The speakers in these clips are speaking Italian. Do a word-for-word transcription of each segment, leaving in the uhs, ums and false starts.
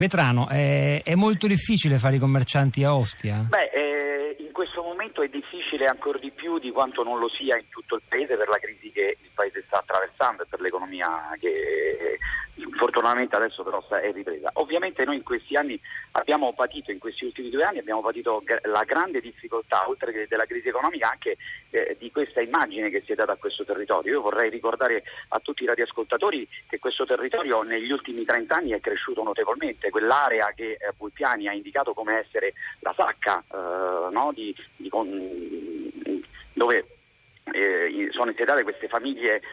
Vetrano, è, è molto difficile fare i commercianti a Ostia? Beh, eh, in questo momento è difficile ancora di più di quanto non lo sia in tutto il paese per la crisi che il paese sta attraversando e per l'economia che eh, fortunatamente adesso però è ripresa. Ovviamente noi in questi anni abbiamo patito, in questi ultimi due anni abbiamo patito la grande difficoltà, oltre che della crisi economica, anche eh, di questa immagine che si è data a questo territorio. Io vorrei ricordare a tutti i radioascoltatori che questo territorio negli ultimi trenta anni è cresciuto notevolmente. Quell'area che eh, Pulpiani ha indicato come essere la sacca eh, no, di, di con, dove eh, sono insediate queste famiglie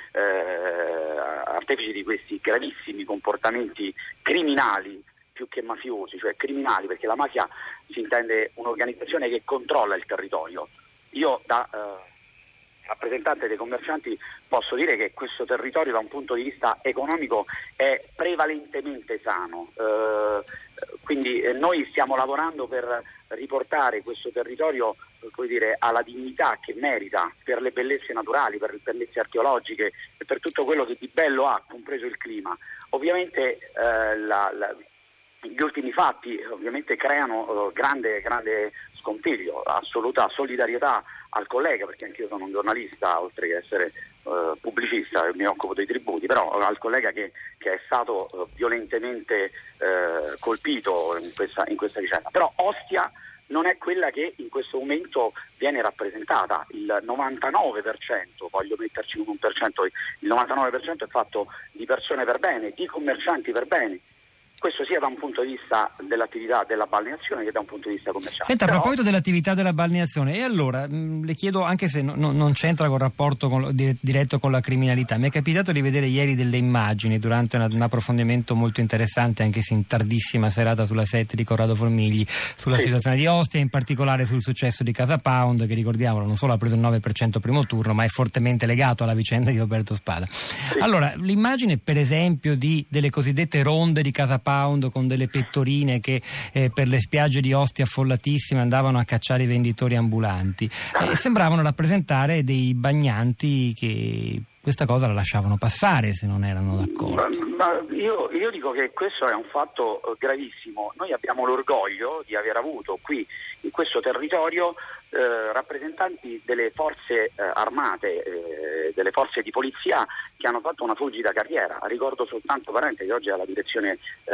eh, artefici di questi gravissimi comportamenti criminali più che mafiosi, cioè criminali, perché la mafia si intende un'organizzazione che controlla il territorio. Io da eh, rappresentante dei commercianti posso dire che questo territorio da un punto di vista economico è prevalentemente sano, eh, quindi eh, noi stiamo lavorando per riportare questo territorio eh, come dire, alla dignità che merita per le bellezze naturali, per le bellezze archeologiche e per tutto quello che di bello ha, compreso il clima. Ovviamente eh, la, la, gli ultimi fatti ovviamente creano eh, grande, grande scompiglio, assoluta solidarietà al collega, perché anch'io sono un giornalista, oltre che essere eh, pubblicista, mi occupo dei tributi, però al collega che, che è stato eh, violentemente eh, colpito in questa, in questa vicenda. Però Ostia non è quella che in questo momento viene rappresentata. Il novantanove per cento, voglio metterci un uno per cento, il novantanove per cento è fatto di persone per bene, di commercianti per bene. Questo sia da un punto di vista dell'attività della balneazione che da un punto di vista commerciale. Senta, Però... a proposito dell'attività della balneazione, e allora mh, le chiedo, anche se no, no, non c'entra col rapporto con, di, diretto con la criminalità, mi è capitato di vedere ieri delle immagini durante una, un approfondimento molto interessante, anche se in tardissima serata sulla sette di Corrado Formigli, sulla sì. situazione di Ostia, in particolare sul successo di Casa Pound, che ricordiamolo non solo ha preso il nove per cento primo turno, ma è fortemente legato alla vicenda di Roberto Spada. Sì. Allora, l'immagine per esempio di delle cosiddette ronde di Casa Pound con delle pettorine che eh, per le spiagge di Ostia affollatissime andavano a cacciare i venditori ambulanti e eh, sembravano rappresentare dei bagnanti che questa cosa la lasciavano passare se non erano d'accordo. Ma, ma io, io dico che questo è un fatto gravissimo. Noi abbiamo l'orgoglio di aver avuto qui in questo territorio eh, rappresentanti delle forze eh, armate, eh, delle forze di polizia che hanno fatto una fulgida carriera. Ricordo soltanto Parente, che oggi è alla direzione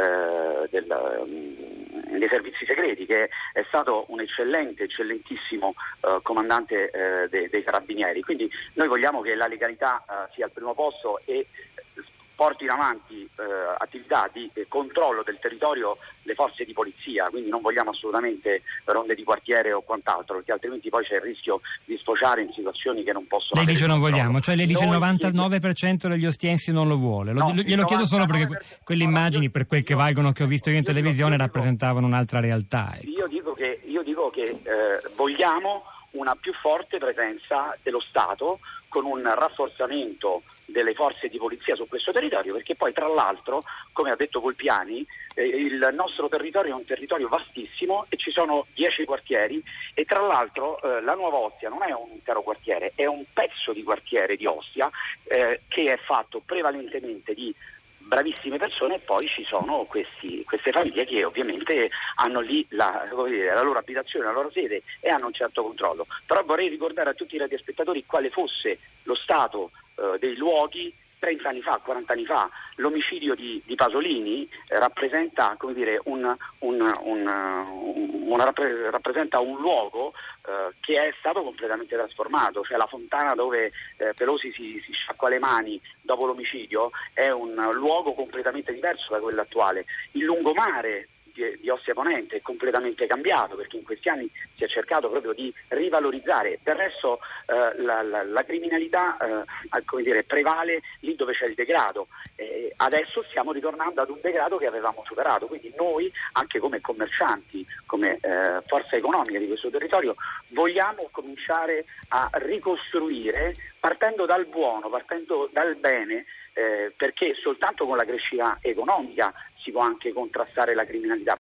eh, del, um, dei servizi segreti, che è stato un eccellente, eccellentissimo eh, comandante eh, dei, dei carabinieri. Quindi noi vogliamo che la legalità eh, sia al primo posto e portino avanti eh, attività di eh, controllo del territorio le forze di polizia, quindi non vogliamo assolutamente ronde di quartiere o quant'altro, perché altrimenti poi c'è il rischio di sfociare in situazioni che non possono. Lei dice non controllo. vogliamo, cioè lei dice Noi il novantanove per cento degli ostiensi non lo vuole. Lo, no, glielo chiedo solo perché que- quelle immagini, per quel che valgono, che ho visto io in televisione, rappresentavano un'altra realtà. Ecco. Io dico che, io dico che eh, vogliamo una più forte presenza dello Stato con un rafforzamento delle forze di polizia su questo territorio, perché poi tra l'altro, come ha detto Pulpiani, eh, il nostro territorio è un territorio vastissimo e ci sono dieci quartieri e tra l'altro eh, la Nuova Ostia non è un intero quartiere, è un pezzo di quartiere di Ostia eh, che è fatto prevalentemente di bravissime persone e poi ci sono questi, queste famiglie che ovviamente hanno lì la, come dire, la loro abitazione, la loro sede e hanno un certo controllo. Però vorrei ricordare a tutti i radioaspettatori quale fosse lo stato eh, dei luoghi trenta anni fa, quaranta anni fa. L'omicidio di, di Pasolini eh, rappresenta, come dire, un, un, un, un, una, rappresenta un luogo eh, che è stato completamente trasformato, cioè la fontana dove eh, Pelosi si, si sciacqua le mani dopo l'omicidio è un luogo completamente diverso da quello attuale. Il lungomare di Ostia Ponente è completamente cambiato, perché in questi anni si è cercato proprio di rivalorizzare. Del resto eh, la, la, la criminalità eh, come dire, prevale lì dove c'è il degrado. Eh, adesso stiamo ritornando ad un degrado che avevamo superato, quindi noi anche come commercianti, come eh, forza economica di questo territorio, vogliamo cominciare a ricostruire partendo dal buono, partendo dal bene, eh, perché soltanto con la crescita economica si può anche contrastare la criminalità.